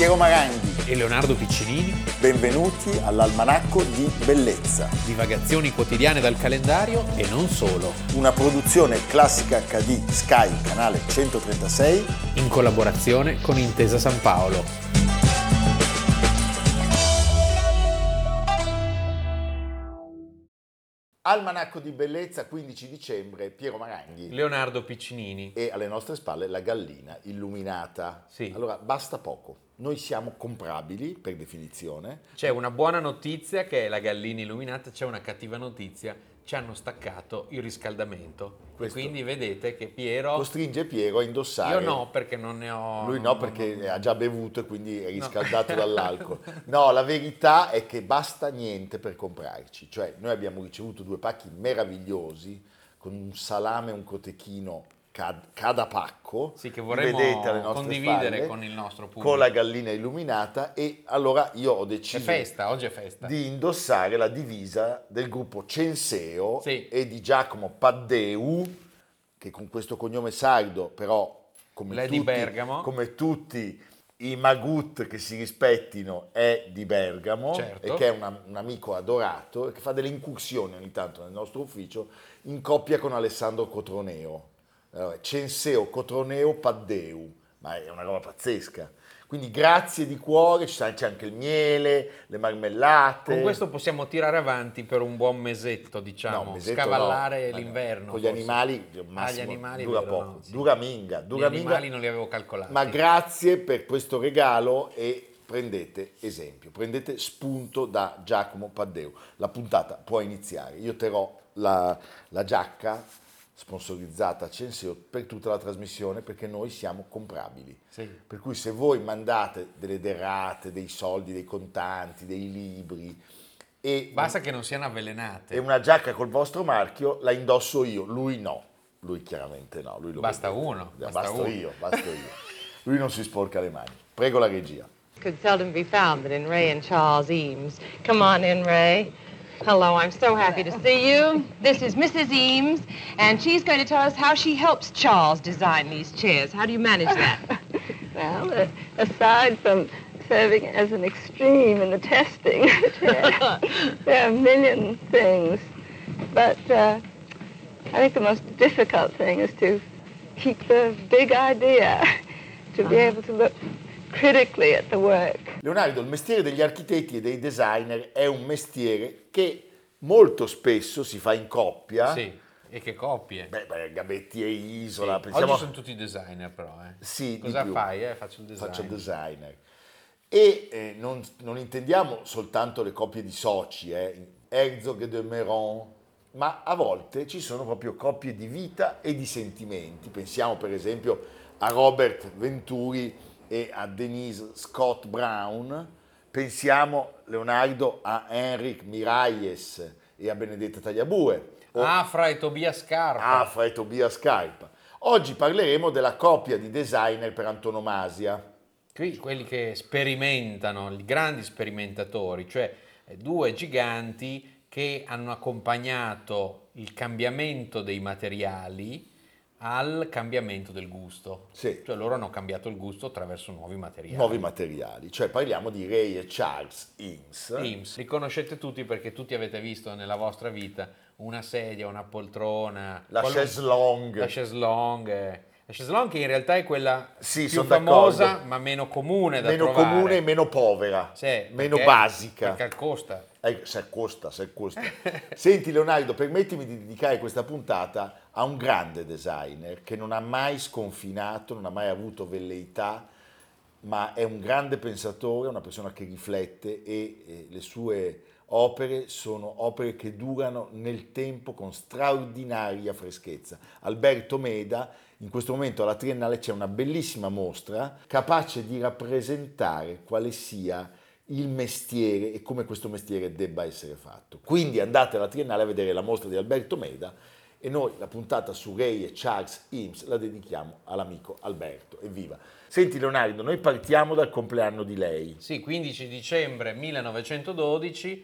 Piero Maranghi e Leonardo Piccinini. Benvenuti all'Almanacco di Bellezza. Divagazioni quotidiane dal calendario e non solo. Una produzione Classica HD Sky, canale 136. In collaborazione con Intesa San Paolo. Almanacco di Bellezza, 15 dicembre, Piero Maranghi. Leonardo Piccinini. E alle nostre spalle la gallina illuminata. Sì. Allora, basta poco. Noi siamo comprabili, per definizione. C'è una buona notizia che è la gallina illuminata, c'è una cattiva notizia, ci hanno staccato il riscaldamento. Questo e quindi vedete che Piero... costringe Piero a indossare. Io no, perché non ne ho... Lui no, perché ha già bevuto e quindi è riscaldato dall'alcol. No, la verità è che basta niente per comprarci. Cioè, noi abbiamo ricevuto 2 pacchi meravigliosi con un salame e un cotechino cada pacco. Sì, che vorremmo condividere con il nostro pubblico. Con la gallina illuminata, e allora io ho deciso oggi è festa. Di indossare la divisa del gruppo Censeo, sì, e di Giacomo Paddeu, che con questo cognome sardo, però come tutti i Magut che si rispettino, è di Bergamo, certo, e che è un amico adorato e che fa delle incursioni ogni tanto nel nostro ufficio in coppia con Alessandro Cotroneo. Censeo, Cotroneo, Paddeu, ma è una roba pazzesca. Quindi grazie di cuore, c'è anche il miele, le marmellate. Con questo possiamo tirare avanti per un buon mesetto, diciamo, scavallare l'inverno. Con gli animali, massimo, gli animali dura vero, poco, no, sì. dura minga. Gli animali non li avevo calcolati. Ma grazie per questo regalo e prendete esempio, prendete spunto da Giacomo Paddeu. La puntata può iniziare. Io terrò la giacca sponsorizzata a Censeo per tutta la trasmissione, perché noi siamo comprabili. Sì. Per cui se voi mandate delle derrate, dei soldi, dei contanti, dei libri, e basta che non siano avvelenate, e una giacca col vostro marchio, la indosso io. Lui no, lui chiaramente no, lui lo basta vedete. uno. Basta io. Lui non si sporca le mani. Prego la regia. Could seldom be found than in Ray and Charles Eames. Come on in, Ray. Hello, I'm so happy to see you. This is Mrs. Eames, and she's going to tell us how she helps Charles design these chairs. How do you manage that? Well, aside from serving as an extreme in the testing of the chair, there are a million things. But I think the most difficult thing is to keep the big idea, to be able to look critically at the work. Leonardo, il mestiere degli architetti e dei designer è un mestiere che molto spesso si fa in coppia. Sì, e che coppie? Beh, Gabetti e Isola. Sì. Oggi sono tutti designer però. Sì, cosa fai? Faccio il designer. Faccio il designer. E non intendiamo soltanto le coppie di soci, Herzog e de Meuron, ma a volte ci sono proprio coppie di vita e di sentimenti. Pensiamo per esempio a Robert Venturi e a Denise Scott Brown. Pensiamo, Leonardo, a Enric Miralles e a Benedetta Tagliabue. Afra e Tobia Scarpa. Oggi parleremo della coppia di designer per antonomasia. Quelli che sperimentano, i grandi sperimentatori, cioè 2 giganti che hanno accompagnato il cambiamento dei materiali al cambiamento del gusto. Sì. Cioè loro hanno cambiato il gusto attraverso nuovi materiali. Cioè parliamo di Ray e Charles Eames. Li conoscete tutti perché tutti avete visto nella vostra vita una sedia, una poltrona, la chaise-longue. La chaise-longue che in realtà è quella più famosa d'accordo, ma meno comune da meno trovare. Meno comune e meno povera, meno basica. Perché costa. Se costa. Senti Leonardo, permettimi di dedicare questa puntata a un grande designer che non ha mai sconfinato, non ha mai avuto velleità, ma è un grande pensatore, una persona che riflette, e le sue opere sono opere che durano nel tempo con straordinaria freschezza. Alberto Meda, in questo momento alla Triennale c'è una bellissima mostra capace di rappresentare quale sia il mestiere e come questo mestiere debba essere fatto. Quindi andate alla Triennale a vedere la mostra di Alberto Meda, e noi la puntata su Ray e Charles Eames la dedichiamo all'amico Alberto. Evviva! Senti Leonardo, noi partiamo dal compleanno di lei. Sì, 15 dicembre 1912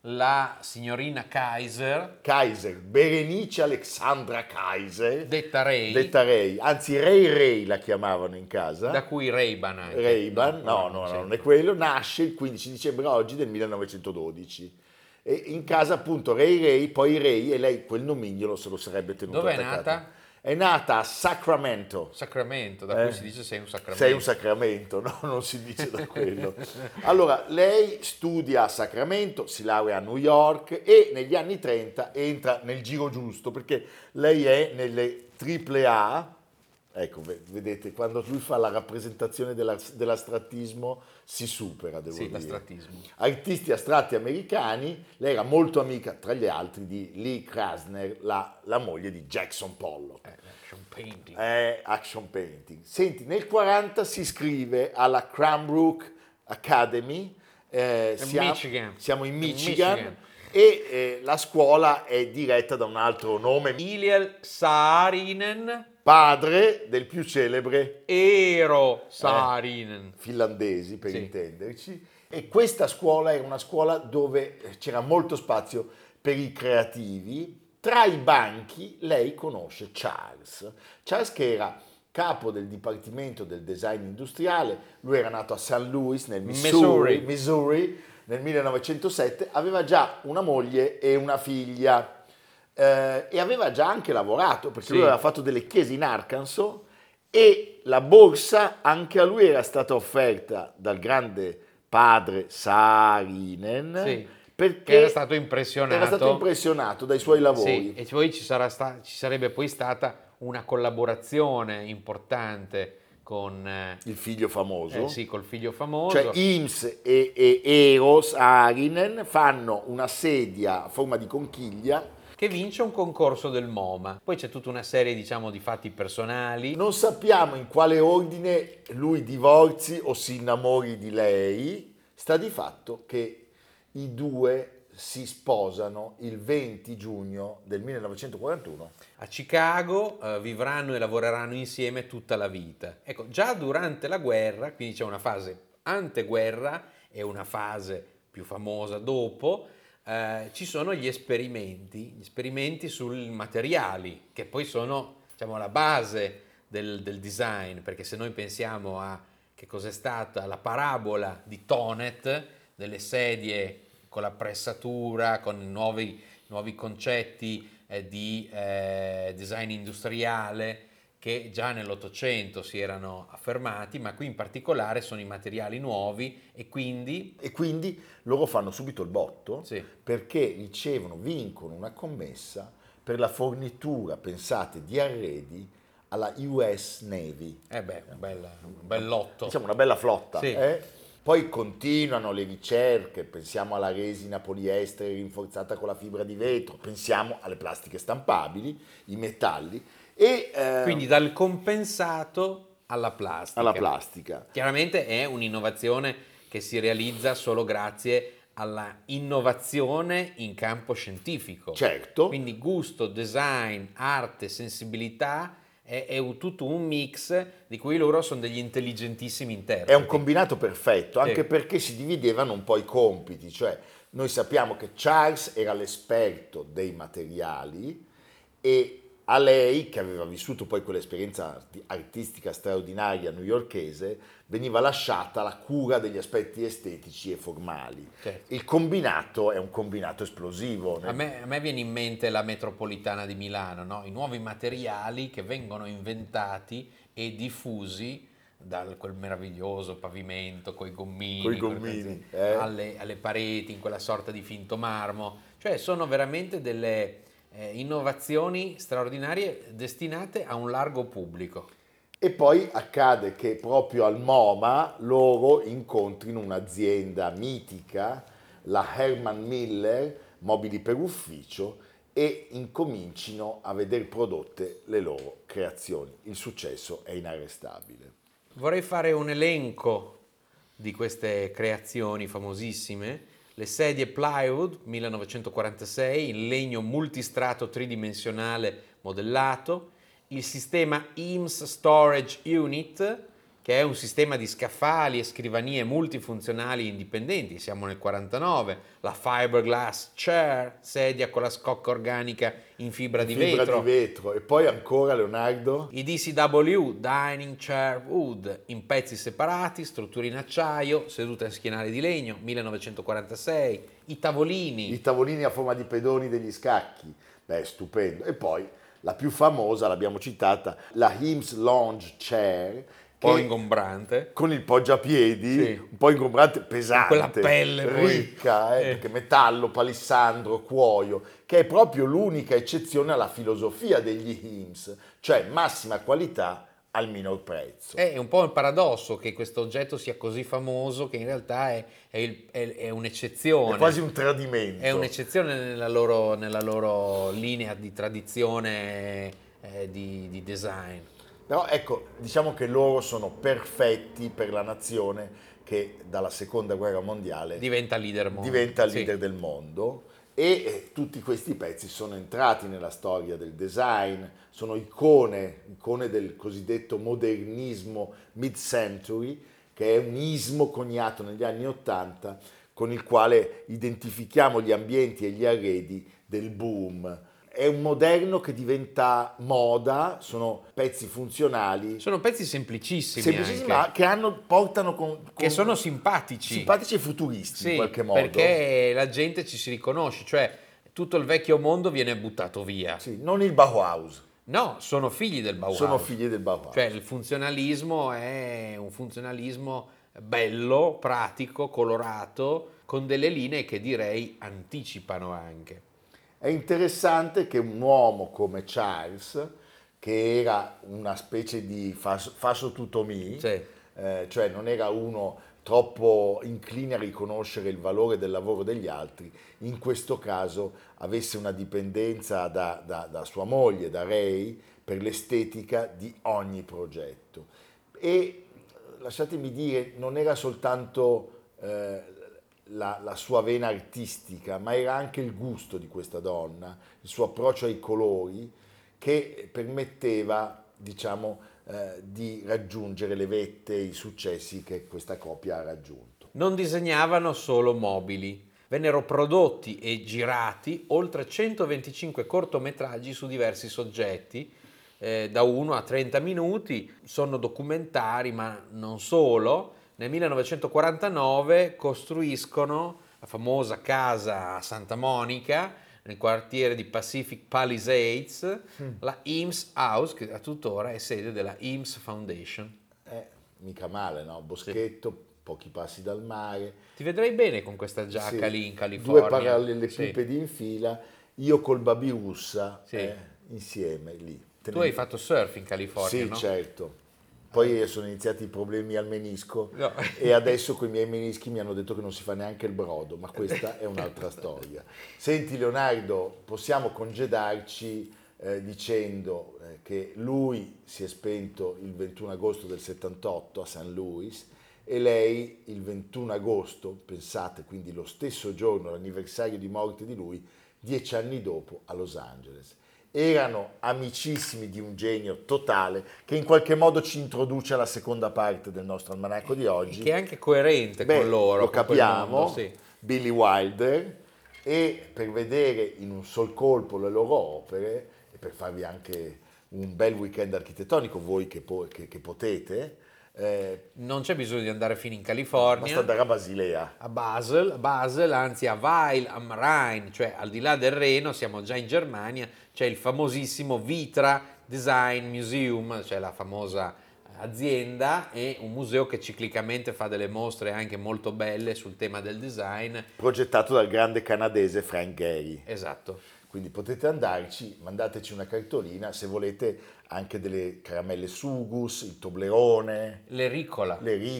la signorina Kaiser, Berenice Alexandra Kaiser, detta Ray, anzi Ray la chiamavano in casa. da cui Ray-Ban anche. Ray-Ban, no, non è quello, nasce il 15 dicembre oggi del 1912. E in casa appunto Ray, poi Ray, e lei quel nomignolo se lo sarebbe tenuto Dove è attaccato. nata? È nata a Sacramento. Sacramento, da cui si dice sei un sacramento. Sei un Sacramento, no? Non si dice da quello. Allora, lei studia a Sacramento, si laurea a New York e negli anni 30 entra nel giro giusto, perché lei è nelle AAA. Ecco, vedete, quando lui fa la rappresentazione dell'astrattismo si supera, devo dire. L'astrattismo. Artisti astratti americani, lei era molto amica, tra gli altri, di Lee Krasner, la moglie di Jackson Pollock. Action painting. Action painting. Senti, nel 40 si iscrive alla Cranbrook Academy, Michigan. siamo in Michigan. E la scuola è diretta da un altro nome, Hillel Saarinen, padre del più celebre Eero Saarinen. finlandesi, per intenderci, e questa scuola era una scuola dove c'era molto spazio per i creativi. Tra i banchi lei conosce Charles che era capo del Dipartimento del Design Industriale. Lui era nato a St. Louis nel Missouri nel 1907, aveva già una moglie e una figlia e aveva già anche lavorato, perché lui aveva fatto delle chiese in Arkansas e la borsa anche a lui era stata offerta dal grande padre Saarinen, perché era stato impressionato dai suoi lavori. Sì, e poi ci sarebbe poi stata una collaborazione importante con il figlio famoso. Col figlio famoso. Cioè Eames e Eero Saarinen fanno una sedia a forma di conchiglia che vince un concorso del MoMA. Poi c'è tutta una serie, diciamo, di fatti personali. Non sappiamo in quale ordine lui divorzi o si innamori di lei. Sta di fatto che i due si sposano il 20 giugno del 1941. A Chicago vivranno e lavoreranno insieme tutta la vita. Ecco, già durante la guerra, quindi c'è una fase anteguerra e una fase più famosa dopo, ci sono gli esperimenti sui materiali, che poi sono, diciamo, la base del design, perché se noi pensiamo a che cos'è stata la parabola di Tonet, delle sedie con la pressatura, con nuovi concetti di design industriale che già nell'Ottocento si erano affermati, ma qui in particolare sono i materiali nuovi e quindi loro fanno subito il botto, perché vincono una commessa per la fornitura, pensate, di arredi alla US Navy. Un bel lotto. Diciamo una bella flotta. Poi continuano le ricerche, pensiamo alla resina poliestere rinforzata con la fibra di vetro, pensiamo alle plastiche stampabili, i metalli. Quindi dal compensato alla plastica. Chiaramente è un'innovazione che si realizza solo grazie alla innovazione in campo scientifico. Certo. Quindi gusto, design, arte, sensibilità è tutto un mix di cui loro sono degli intelligentissimi interpreti. È un combinato perfetto, anche perché si dividevano un po' i compiti, cioè noi sappiamo che Charles era l'esperto dei materiali e a lei, che aveva vissuto poi quell'esperienza artistica straordinaria newyorkese, veniva lasciata la cura degli aspetti estetici e formali. Il combinato è un combinato esplosivo. A me viene in mente la metropolitana di Milano, no? I nuovi materiali che vengono inventati e diffusi da quel meraviglioso pavimento coi gommini, alle pareti, in quella sorta di finto marmo. Cioè sono veramente delle innovazioni straordinarie destinate a un largo pubblico. E poi accade che proprio al MoMA loro incontrino un'azienda mitica, la Herman Miller, mobili per ufficio, e incomincino a vedere prodotte le loro creazioni. Il successo è inarrestabile. Vorrei fare un elenco di queste creazioni famosissime. Le sedie plywood 1946 in legno multistrato tridimensionale modellato, il sistema Eames Storage Unit che è un sistema di scaffali e scrivanie multifunzionali indipendenti, siamo nel 49, la Fiberglass Chair, sedia con la scocca organica in fibra di vetro, e poi ancora Leonardo, i DCW, Dining Chair Wood, in pezzi separati, strutture in acciaio, seduta in schienale di legno, 1946, i tavolini a forma di pedoni degli scacchi, beh, stupendo. E poi la più famosa, l'abbiamo citata, la Eames Lounge Chair, un po' ingombrante, con il poggiapiedi, sì, un po' ingombrante, pesante, con quella pelle ricca, perché metallo, palissandro, cuoio, che è proprio l'unica eccezione alla filosofia degli Eames, cioè massima qualità al minor prezzo. È un po' il paradosso che questo oggetto sia così famoso che in realtà è un'eccezione. È quasi un tradimento. È un'eccezione nella loro linea di tradizione di design. Però ecco, diciamo che loro sono perfetti per la nazione che dalla seconda guerra mondiale diventa leader del mondo, e tutti questi pezzi sono entrati nella storia del design, sono icone del cosiddetto modernismo mid-century, che è un ismo coniato negli anni *80 con il quale identifichiamo gli ambienti e gli arredi del boom. È un moderno che diventa moda, sono pezzi funzionali. Sono pezzi semplicissimi ma che portano che sono simpatici e futuristi, in qualche modo. Perché la gente ci si riconosce, cioè tutto il vecchio mondo viene buttato via. Sì, non il Bauhaus. No, sono figli del Bauhaus. Cioè il funzionalismo è un funzionalismo bello, pratico, colorato, con delle linee che direi anticipano anche. È interessante che un uomo come Charles, che era una specie di faso tutto me, sì, cioè non era uno troppo incline a riconoscere il valore del lavoro degli altri, in questo caso avesse una dipendenza da sua moglie, da Ray, per l'estetica di ogni progetto. E lasciatemi dire, non era soltanto la sua vena artistica, ma era anche il gusto di questa donna, il suo approccio ai colori, che permetteva, diciamo, di raggiungere le vette, i successi che questa coppia ha raggiunto. Non disegnavano solo mobili, vennero prodotti e girati oltre 125 cortometraggi su diversi soggetti, da 1 a 30 minuti, sono documentari ma non solo. Nel 1949 costruiscono la famosa casa a Santa Monica, nel quartiere di Pacific Palisades, la Eames House, che a tuttora è sede della Eames Foundation. Mica male, no? Boschetto, pochi passi dal mare. Ti vedrei bene con questa giacca lì in California. 2 parallelepipedi in fila, io col Babirussa insieme lì. Tu hai fatto surf in California, sì, no? Certo. Poi sono iniziati i problemi al menisco, no. E adesso con i miei menischi mi hanno detto che non si fa neanche il brodo, ma questa è un'altra storia. Senti Leonardo, possiamo congedarci dicendo che lui si è spento il 21 agosto del 78 a St. Louis e lei il 21 agosto, pensate, quindi lo stesso giorno, l'anniversario di morte di lui, 10 anni dopo a Los Angeles. Erano amicissimi di un genio totale che in qualche modo ci introduce alla seconda parte del nostro almanacco di oggi. Che è anche coerente con loro. Lo capiamo, mondo, sì. Billy Wilder, e per vedere in un sol colpo le loro opere e per farvi anche un bel weekend architettonico, voi che potete. Non c'è bisogno di andare fino in California. Basta andare a Basilea. A Basel, anzi a Weil am Rhein, cioè al di là del Reno, siamo già in Germania, c'è il famosissimo Vitra Design Museum, cioè la famosa azienda, e un museo che ciclicamente fa delle mostre anche molto belle sul tema del design. Progettato dal grande canadese Frank Gehry. Esatto. Quindi potete andarci, mandateci una cartolina, se volete anche delle caramelle Sugus, il Toblerone, le Ricola,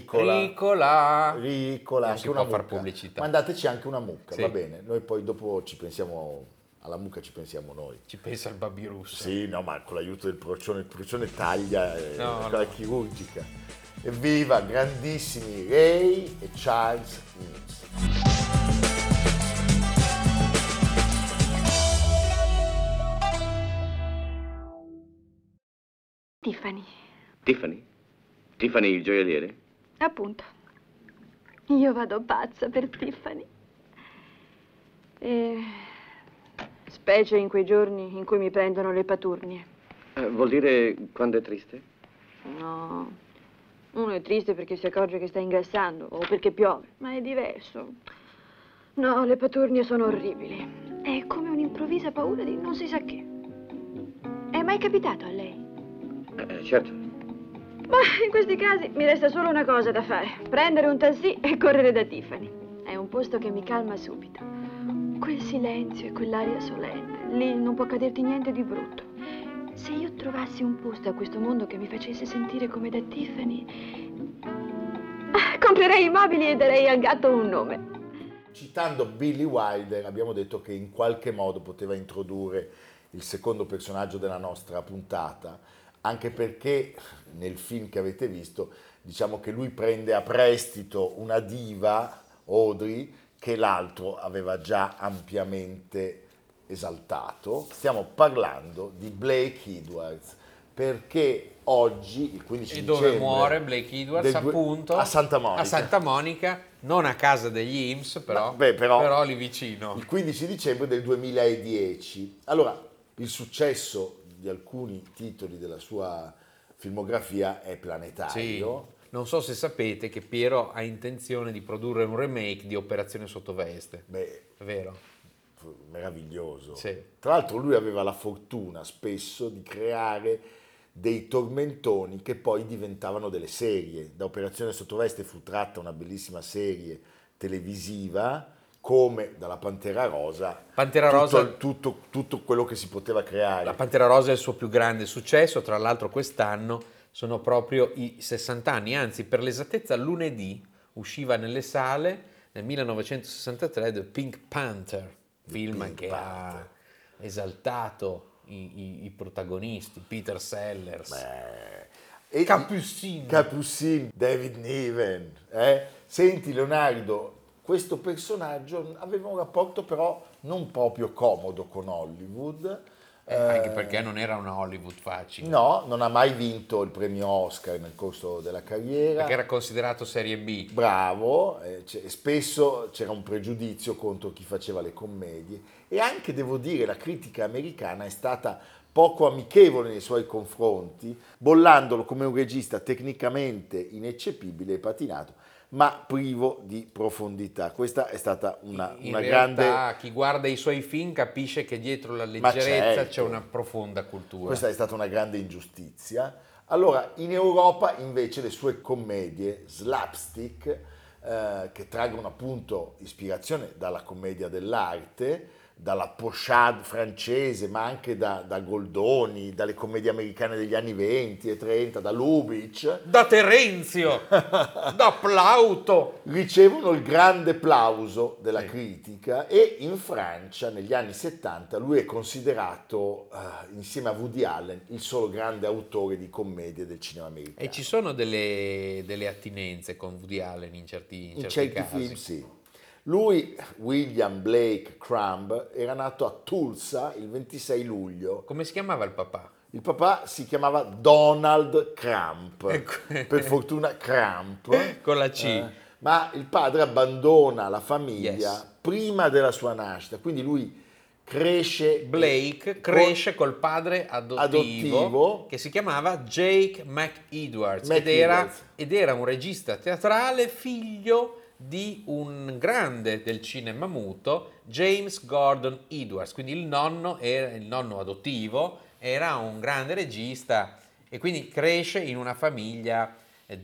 non anche una far pubblicità. Mandateci anche una mucca, sì. Va bene, noi poi dopo ci pensiamo, alla mucca ci pensiamo noi. Ci pensa il Babirussa. Sì, no, ma con l'aiuto del procione, il procione taglia, quella chirurgica. Evviva, grandissimi Ray e Charles Eames. Tiffany. Tiffany? Tiffany, il gioielliere? Appunto. Io vado pazza per Tiffany. E... specie in quei giorni in cui mi prendono le paturnie. Vuol dire quando è triste? No, uno è triste perché si accorge che sta ingrassando o perché piove, ma è diverso. No, le paturnie sono orribili. È come un'improvvisa paura di non si sa che. È mai capitato a lei? Certo. Ma in questi casi mi resta solo una cosa da fare. Prendere un taxi e correre da Tiffany. È un posto che mi calma subito. Quel silenzio e quell'aria solenne. Lì non può accaderti niente di brutto. Se io trovassi un posto a questo mondo che mi facesse sentire come da Tiffany, comprerei i mobili e darei al gatto un nome. Citando Billy Wilder, abbiamo detto che in qualche modo poteva introdurre il secondo personaggio della nostra puntata, anche perché nel film che avete visto, diciamo che lui prende a prestito una diva, Audrey, che l'altro aveva già ampiamente esaltato. Stiamo parlando di Blake Edwards, perché oggi, il 15 E dicembre... dove muore Blake Edwards, appunto? A Santa Monica. A Santa Monica, non a casa degli IMSS, però, No, però lì vicino. Il 15 dicembre del 2010. Allora, il successo di alcuni titoli della sua filmografia è planetario. Sì. Non so se sapete che Piero ha intenzione di produrre un remake di Operazione Sottoveste. Beh, È vero? meraviglioso. Sì. Tra l'altro lui aveva la fortuna spesso di creare dei tormentoni che poi diventavano delle serie. Da Operazione Sottoveste fu tratta una bellissima serie televisiva, come dalla Pantera Rosa, Pantera Rosa, tutto quello che si poteva creare. la Pantera Rosa è il suo più grande successo, tra l'altro quest'anno sono proprio i 60 anni, anzi per l'esattezza lunedì usciva nelle sale nel 1963 The Pink Panther, film Pink che Panther. ha esaltato i protagonisti, Peter Sellers, E Capucine. David Niven. Senti Leonardo, questo personaggio aveva un rapporto però non proprio comodo con Hollywood. Anche perché non era una Hollywood facile, No, non ha mai vinto il premio Oscar nel corso della carriera. perché era considerato serie B. Bravo, spesso c'era un pregiudizio contro chi faceva le commedie e anche, devo dire, la critica americana è stata poco amichevole nei suoi confronti, bollandolo come un regista tecnicamente ineccepibile e patinato, ma privo di profondità. Questa è stata una In grande... realtà chi guarda i suoi film capisce che dietro la Ma leggerezza certo. c'è una profonda cultura. Questa è stata una grande ingiustizia. Allora, in Europa invece le sue commedie slapstick, che traggono appunto ispirazione dalla commedia dell'arte, dalla pochade francese, ma anche da Goldoni, dalle commedie americane degli anni 20 e 30, da Lubitsch, Da Terenzio, da Plauto. ricevono il grande plauso della critica e in Francia negli anni 70 lui è considerato, insieme a Woody Allen, il solo grande autore di commedie del cinema americano. E ci sono delle attinenze con Woody Allen in certi certi casi. film sì. Lui, William Blake Crumb, era nato a Tulsa il 26 luglio. Come si chiamava il papà? Il papà si chiamava Donald Crump, per fortuna Crump. Con la C. Ma il padre abbandona la famiglia Yes. prima della sua nascita, quindi lui cresce... Blake cresce col padre adottivo che si chiamava Jake McEdwards ed era un regista teatrale figlio di un grande del cinema muto, James Gordon Edwards, quindi il nonno adottivo era un grande regista e quindi cresce in una famiglia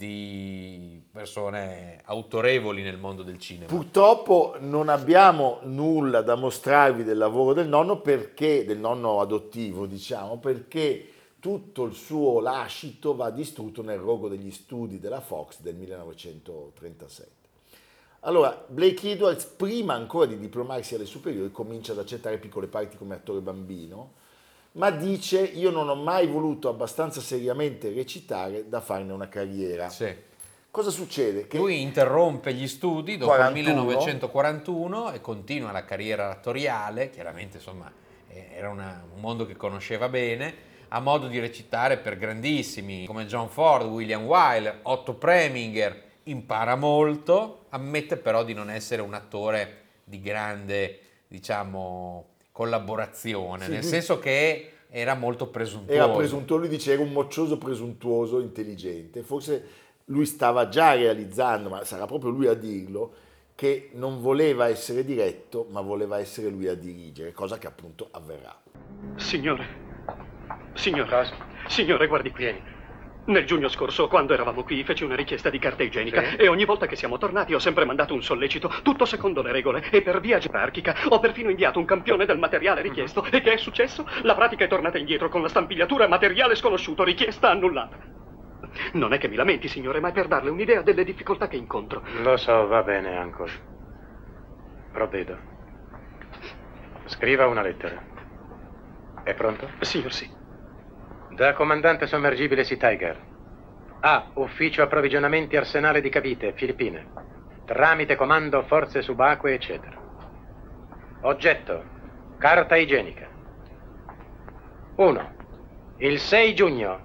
di persone autorevoli nel mondo del cinema. Purtroppo non abbiamo nulla da mostrarvi del lavoro del nonno adottivo, diciamo, perché tutto il suo lascito va distrutto nel rogo degli studi della Fox del 1937. Allora, Blake Edwards, prima ancora di diplomarsi alle superiori, comincia ad accettare piccole parti come attore bambino, ma dice: io non ho mai voluto abbastanza seriamente recitare da farne una carriera. Sì. Cosa succede? Che Lui interrompe gli studi dopo 41. il 1941 e continua la carriera attoriale, chiaramente insomma era un mondo che conosceva bene, ha modo di recitare per grandissimi come John Ford, William Wyler, Otto Preminger, impara molto, ammette però di non essere un attore di grande, diciamo, collaborazione, Sì, nel lui- senso che era molto presuntuoso. Era presuntuoso, lui dice era un moccioso presuntuoso, intelligente. Forse lui stava già realizzando, ma sarà proprio lui a dirlo, che non voleva essere diretto, ma voleva essere lui a dirigere, cosa che appunto avverrà. Signore, guardi qui. Vieni. Nel giugno scorso, quando eravamo qui, feci una richiesta di carta igienica Sì. e ogni volta che siamo tornati ho sempre mandato un sollecito, tutto secondo le regole e per via gerarchica. Ho perfino inviato un campione del materiale richiesto. E che è successo? La pratica è tornata indietro con la stampigliatura materiale sconosciuto, richiesta annullata. Non è che mi lamenti, signore, ma è per darle un'idea delle difficoltà che incontro. Lo so, va bene, Uncle. Provvedo. Scriva una lettera. È pronto? Signor sì. Da comandante sommergibile Sea Tiger. A. Ufficio approvvigionamenti Arsenale di Cavite, Filippine. Tramite comando forze subacquee, eccetera. Oggetto. Carta igienica. 1. Il 6 giugno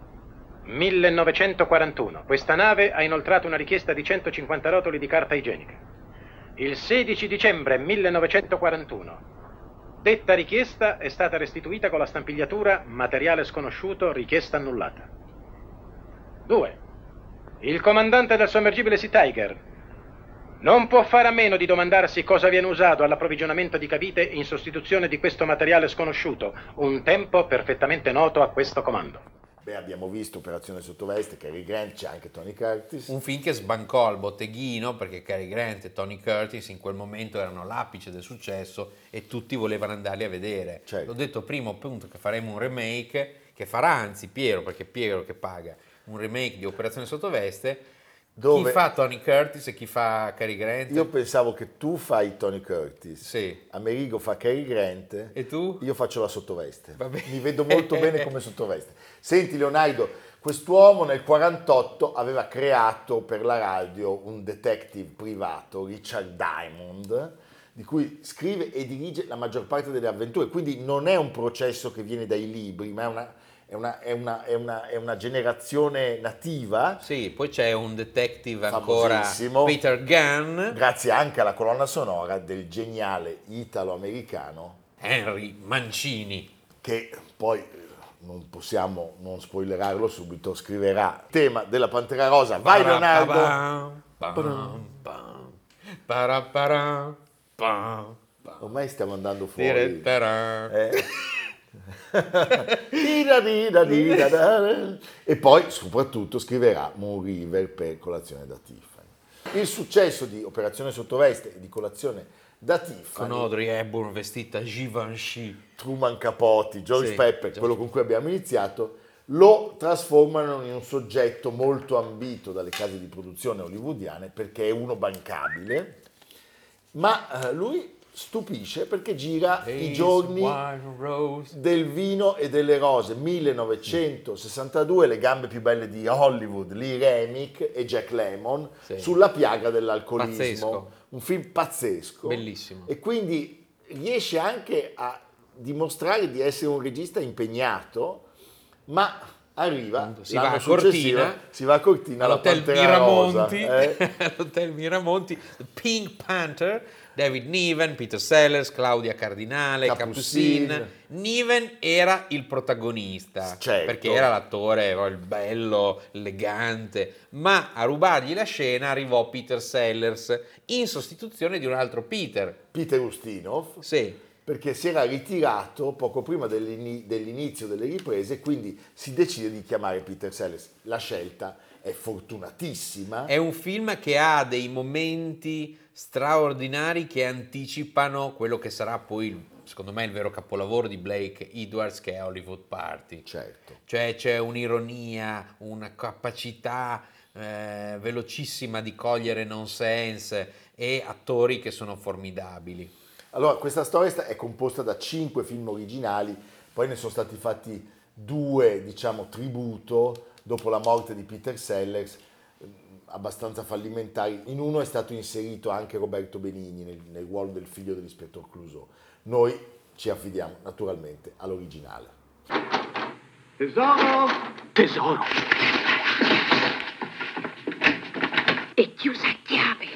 1941. Questa nave ha inoltrato una richiesta di 150 rotoli di carta igienica. Il 16 dicembre 1941. Detta richiesta è stata restituita con la stampigliatura materiale sconosciuto, richiesta annullata. 2. Il comandante del sommergibile Sea Tiger non può fare a meno di domandarsi cosa viene usato all'approvvigionamento di Cavite in sostituzione di questo materiale sconosciuto, un tempo perfettamente noto a questo comando. Beh, abbiamo visto Operazione Sottoveste, Cary Grant, c'è anche Tony Curtis. Un film che sbancò al botteghino perché Cary Grant e Tony Curtis in quel momento erano l'apice del successo e tutti volevano andarli a vedere. Certo. L'ho detto prima appunto che faremo un remake, che farà anzi Piero, perché è Piero che paga, un remake di Operazione Sottoveste. Dove- Chi fa Tony Curtis e chi fa Cary Grant? Io pensavo che tu fai Tony Curtis, Sì. Amerigo fa Cary Grant E tu? io faccio la sottoveste. Va bene. Mi vedo molto bene come sottoveste. Senti Leonardo, quest'uomo nel 48 aveva creato per la radio un detective privato, Richard Diamond, di cui scrive e dirige la maggior parte delle avventure, quindi non è un processo che viene dai libri, ma è una generazione nativa. Sì, poi c'è un detective ancora, Famosissimo. Peter Gunn, Grazie anche alla colonna sonora del geniale italo-americano, Henry Mancini. che poi non possiamo non spoilerarlo subito, scriverà il tema della Pantera Rosa. Vai Leonardo! Ormai stiamo andando fuori. E poi soprattutto scriverà Moon River per Colazione da Tiffany. Il successo di Operazione Sottoveste e di Colazione da Con Tiffany, Audrey Hepburn vestita Givenchy. Truman Capote, George Sì, Pepper, George quello con cui abbiamo iniziato, lo trasformano in un soggetto molto ambito dalle case di produzione hollywoodiane perché è uno bancabile, ma lui stupisce perché gira i giorni del vino e delle rose, 1962, le gambe più belle di Hollywood, Lee Remick e Jack Lemmon, Sì. sulla piaga dell'alcolismo. Pazzesco. Un film pazzesco. Bellissimo. E quindi riesce anche a dimostrare di essere un regista impegnato, ma arriva Si l'anno va a successivo, Cortina, si va a Cortina alla all'hotel Pantera Rosa. Miramonti, all'hotel Miramonti, The Pink Panther, David Niven, Peter Sellers, Claudia Cardinale, Capucin. Capucin. Niven era il protagonista, Certo. perché era l'attore, il bello, elegante, ma a rubargli la scena arrivò Peter Sellers in sostituzione di un altro Peter. Peter Ustinov, Sì, perché si era ritirato poco prima dell'inizio delle riprese, quindi si decide di chiamare Peter Sellers. La scelta è fortunatissima. è un film che ha dei momenti straordinari che anticipano quello che sarà poi, secondo me, il vero capolavoro di Blake Edwards, che è Hollywood Party. Certo. Cioè c'è un'ironia, una capacità velocissima di cogliere nonsense e attori che sono formidabili. Allora, questa storia è composta da 5 film originali, poi ne sono stati fatti 2, diciamo, tributo, dopo la morte di Peter Sellers, abbastanza fallimentari. In uno è stato inserito anche Roberto Benigni nel ruolo del figlio dell'ispettor Clouseau. Noi ci affidiamo naturalmente all'originale. Tesoro! Tesoro. È chiusa a chiave.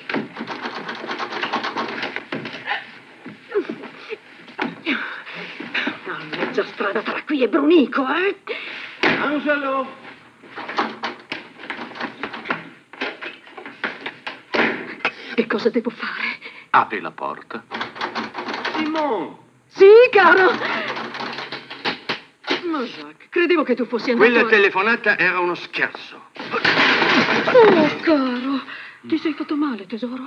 Una mezza strada tra qui e Brunico, eh? Angelo! E cosa devo fare? Apri la porta. Simon! Sì, caro! Ma Jacques, credevo che tu fossi andato Quella telefonata era uno scherzo. Oh, caro! Ti sei fatto male, tesoro?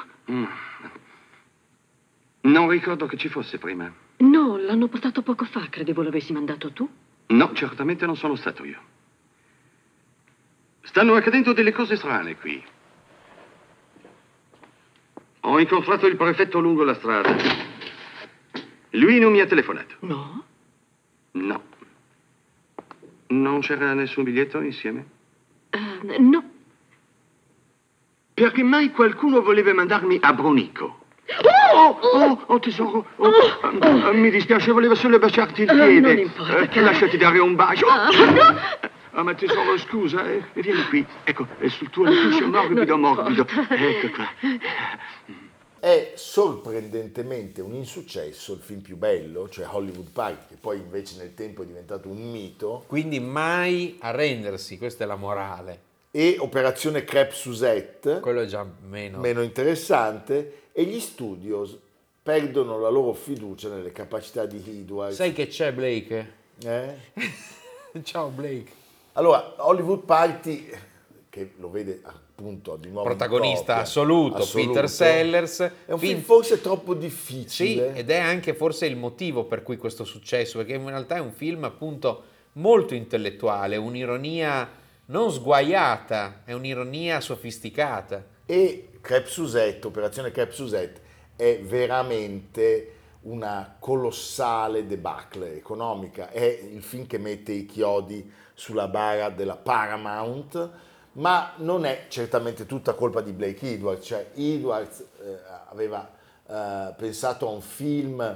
Non ricordo che ci fosse prima. No, l'hanno portato poco fa. Credevo l'avessi mandato tu. No, certamente non sono stato io. Stanno accadendo delle cose strane qui. Ho incontrato il prefetto lungo la strada. Lui non mi ha telefonato. No? No. Non c'era nessun biglietto insieme? No. Perché mai qualcuno voleva mandarmi a Brunico? Oh, tesoro. Mi dispiace, volevo solo baciarti il piede. Non importa, caro. Lasciati dare un bacio. Ma tesoro, scusa, vieni qui. Ecco, è sul tuo lettuccio morbido, morbido. Ecco qua. È sorprendentemente un insuccesso il film più bello, cioè Hollywood Party, che poi invece nel tempo è diventato un mito, Quindi mai arrendersi, questa è la morale. e Operazione Crêpe Suzette, Quello è già meno. meno interessante, e gli studios perdono la loro fiducia nelle capacità di Edwards. Sai che c'è, Blake? Eh? Ciao, Blake. Allora, Hollywood Party, che lo vede appunto di nuovo in Protagonista coppia, assoluto, Peter Sellers. è un film forse troppo difficile. Sì, ed è anche forse il motivo per cui questo successo, perché in realtà è un film appunto molto intellettuale, un'ironia non sguaiata, è un'ironia sofisticata. E Crêpe Suzette, Operazione Crêpe Suzette, è veramente una colossale debacle economica. È il film che mette i chiodi sulla bara della Paramount, ma non è certamente tutta colpa di Blake Edwards. Cioè Edwards aveva pensato a un film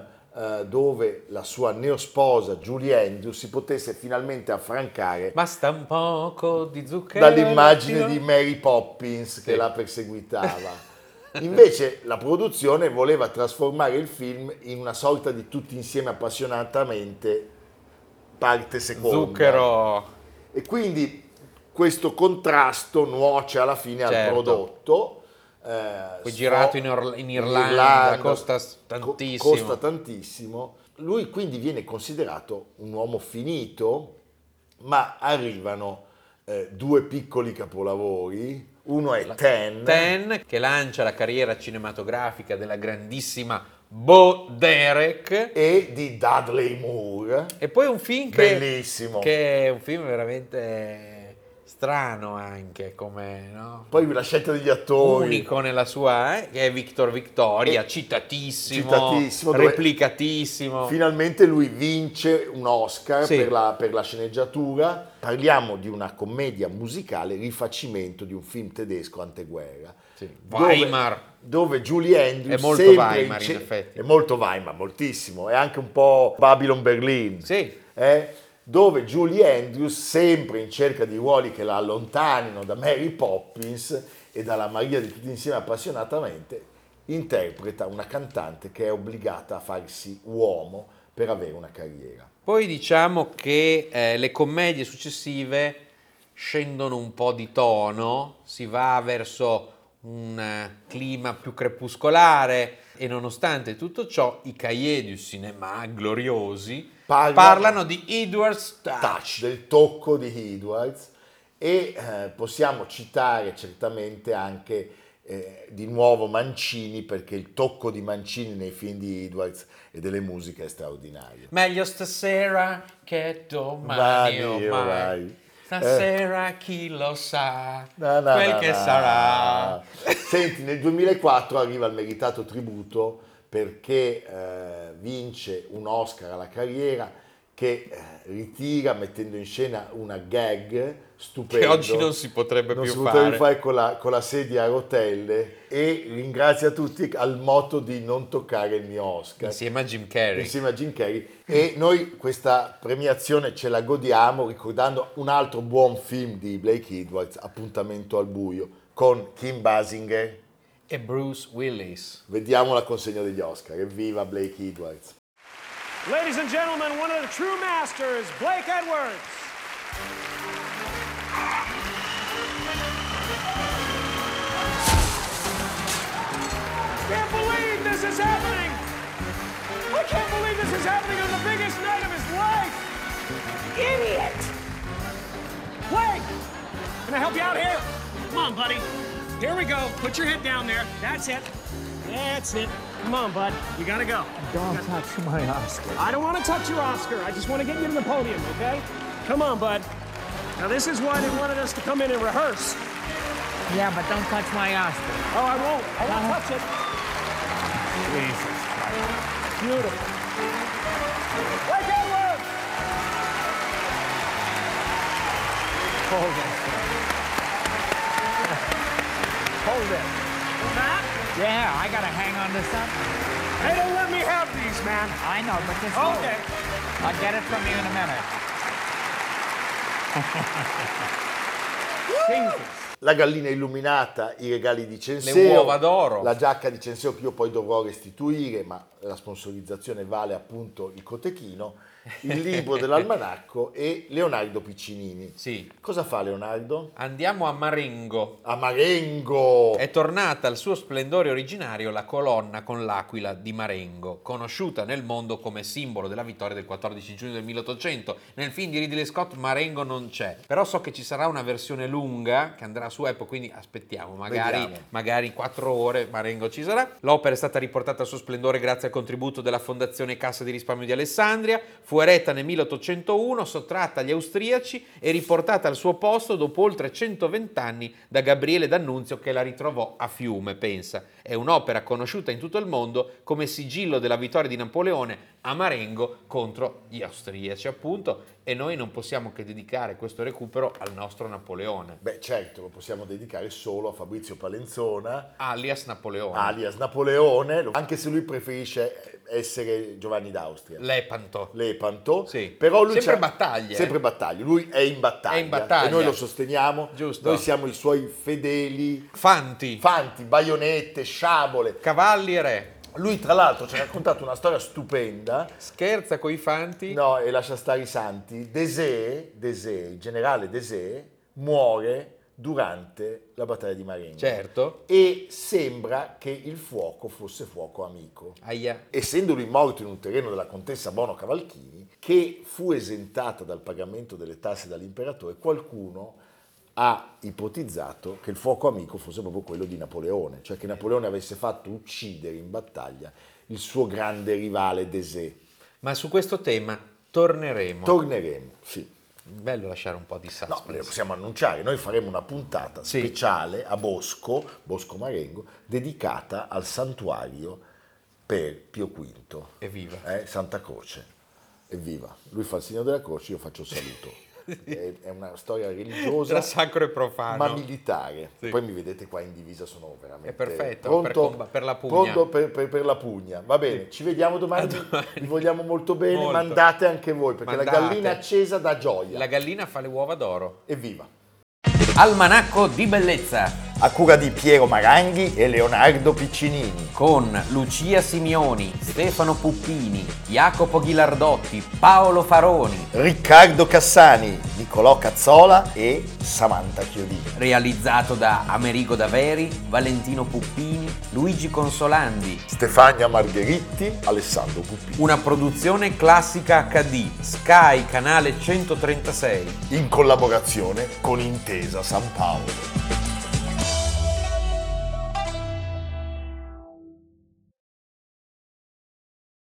dove la sua neosposa Julie Andrews si potesse finalmente affrancare Basta un poco di zucchero. dall'immagine latino. di Mary Poppins che Sì. la perseguitava. Invece la produzione voleva trasformare il film in una sorta di tutti insieme appassionatamente parte seconda. Zucchero. E quindi questo contrasto nuoce alla fine al Certo. prodotto. Poi girato in Irlanda, costa tantissimo. Costa tantissimo. Lui quindi viene considerato un uomo finito, ma arrivano due piccoli capolavori. Uno è Ten, che lancia la carriera cinematografica della grandissima Bo Derek. e di Dudley Moore. E poi un film Bellissimo. che è un film veramente strano anche, come, no? Poi la scelta degli attori. Unico nella sua, che è Victor Victoria, E- citatissimo, dove replicatissimo. Finalmente lui vince un Oscar Sì. per la sceneggiatura. Parliamo di una commedia musicale, rifacimento di un film tedesco anteguerra. Sì. Dove- Weimar. Dove Julie Andrews È molto sempre Weimar, in effetti. È molto Weimar, moltissimo. È anche un po' Babylon Berlin. Sì. Dove Julie Andrews, sempre in cerca di ruoli che la allontanino da Mary Poppins e dalla Maria di tutti insieme appassionatamente, interpreta una cantante che è obbligata a farsi uomo per avere una carriera. Poi diciamo che le commedie successive scendono un po' di tono, si va verso un clima più crepuscolare e nonostante tutto ciò i cahiers du cinéma gloriosi parlano di Edwards Touch, del tocco di Edwards, e possiamo citare certamente anche di nuovo Mancini, perché il tocco di Mancini nei film di Edwards e delle musiche è straordinario. Meglio stasera che domani ormai. Stasera chi lo sa, quel che sarà. Senti, nel 2004 arriva il meritato tributo perché vince un Oscar alla carriera che ritira mettendo in scena una gag stupenda. Che oggi non si potrebbe più si potrebbe fare con la sedia a rotelle, e ringrazia tutti al motto di non toccare il mio Oscar. Insieme a Jim Carrey. E noi questa premiazione ce la godiamo ricordando un altro buon film di Blake Edwards, Appuntamento al buio, con Kim Basinger e Bruce Willis. Vediamo la consegna degli Oscar. Evviva Blake Edwards. Ladies and gentlemen, one of the true masters, Blake Edwards. Can't believe this is happening! I can't believe this is happening on the biggest night of his life! Idiot! Blake! Can I help you out here? Come on, buddy. Here we go. Put your head down there. That's it. That's it. Come on, bud. You gotta go. Don't touch my Oscar. I don't want to touch your Oscar. I just want to get you to the podium, okay? Come on, bud. Now, this is why they wanted us to come in and rehearse. Yeah, but don't touch my Oscar. Oh, I won't. I won't touch it. Jesus Christ. Beautiful. Blake Edwards! Hold it. Hold it. That? Yeah, I gotta hang on to something. They don't let me have these, man. I know, but just Okay. I'll get it from you in a minute. Jesus. La gallina illuminata, i regali di Censeo, Le uova d'oro, la giacca di Censeo che io poi dovrò restituire, ma la sponsorizzazione vale appunto il cotechino, il libro dell'almanacco e Leonardo Piccinini. Sì. Cosa fa Leonardo? Andiamo a Marengo. A Marengo! È tornata al suo splendore originario la colonna con l'aquila di Marengo, conosciuta nel mondo come simbolo della vittoria del 14 giugno del 1800. Nel film di Ridley Scott Marengo non c'è, però so che ci sarà una versione lunga che andrà su Apple, quindi aspettiamo, magari 4 ore Marengo ci sarà. L'opera è stata riportata al suo splendore grazie al contributo della Fondazione Cassa di Risparmio di Alessandria, fu eretta nel 1801, sottratta agli austriaci e riportata al suo posto dopo oltre 120 anni da Gabriele D'Annunzio, che la ritrovò a Fiume, pensa. È un'opera conosciuta in tutto il mondo come sigillo della vittoria di Napoleone a Marengo contro gli austriaci, appunto, e noi non possiamo che dedicare questo recupero al nostro Napoleone. Beh, certo, lo possiamo dedicare solo a Fabrizio Palenzona, alias Napoleone, anche se lui preferisce essere Giovanni d'Austria. Lepanto. Sì. Però lui sempre battaglie. Lui è in battaglia. E noi lo sosteniamo. Giusto. Noi siamo i suoi fedeli fanti, baionette, sciabole, cavalli e re. Lui tra l'altro ci ha raccontato una storia stupenda. Scherza coi fanti. No, e lascia stare i santi. il generale Desè muore durante la battaglia di Marengo. Certo. E sembra che il fuoco fosse fuoco amico. Aia. Essendo lui morto in un terreno della contessa Bono Cavalchini, che fu esentata dal pagamento delle tasse dall'imperatore, qualcuno ha ipotizzato che il fuoco amico fosse proprio quello di Napoleone, cioè che Napoleone avesse fatto uccidere in battaglia il suo grande rivale Desè. Ma su questo tema torneremo. Sì. Bello lasciare un po' di suspense. No, lo possiamo annunciare, noi faremo una puntata speciale a Bosco Marengo, dedicata al santuario per Pio V. Evviva. Santa Croce. Evviva. Lui fa il segno della croce, io faccio il saluto. È una storia religiosa, tra sacro e profano, ma militare. Sì. Poi mi vedete qua in divisa, sono veramente è perfetto, pronto per la Pugna. Pronto per la Pugna. Va bene, ci vediamo domani. Vi vogliamo molto bene. Molto. Mandate anche voi, perché la gallina accesa dà gioia. La gallina fa le uova d'oro. Evviva. Almanacco di bellezza, a cura di Piero Maranghi e Leonardo Piccinini, con Lucia Simioni, Stefano Puppini, Jacopo Ghilardotti, Paolo Faroni, Riccardo Cassani, Nicolò Cazzola e Samantha Chiodini. Realizzato da Amerigo Daveri, Valentino Puppini, Luigi Consolandi, Stefania Margheritti, Alessandro Puppini. Una produzione Classica HD, Sky canale 136, in collaborazione con Intesa San Paolo.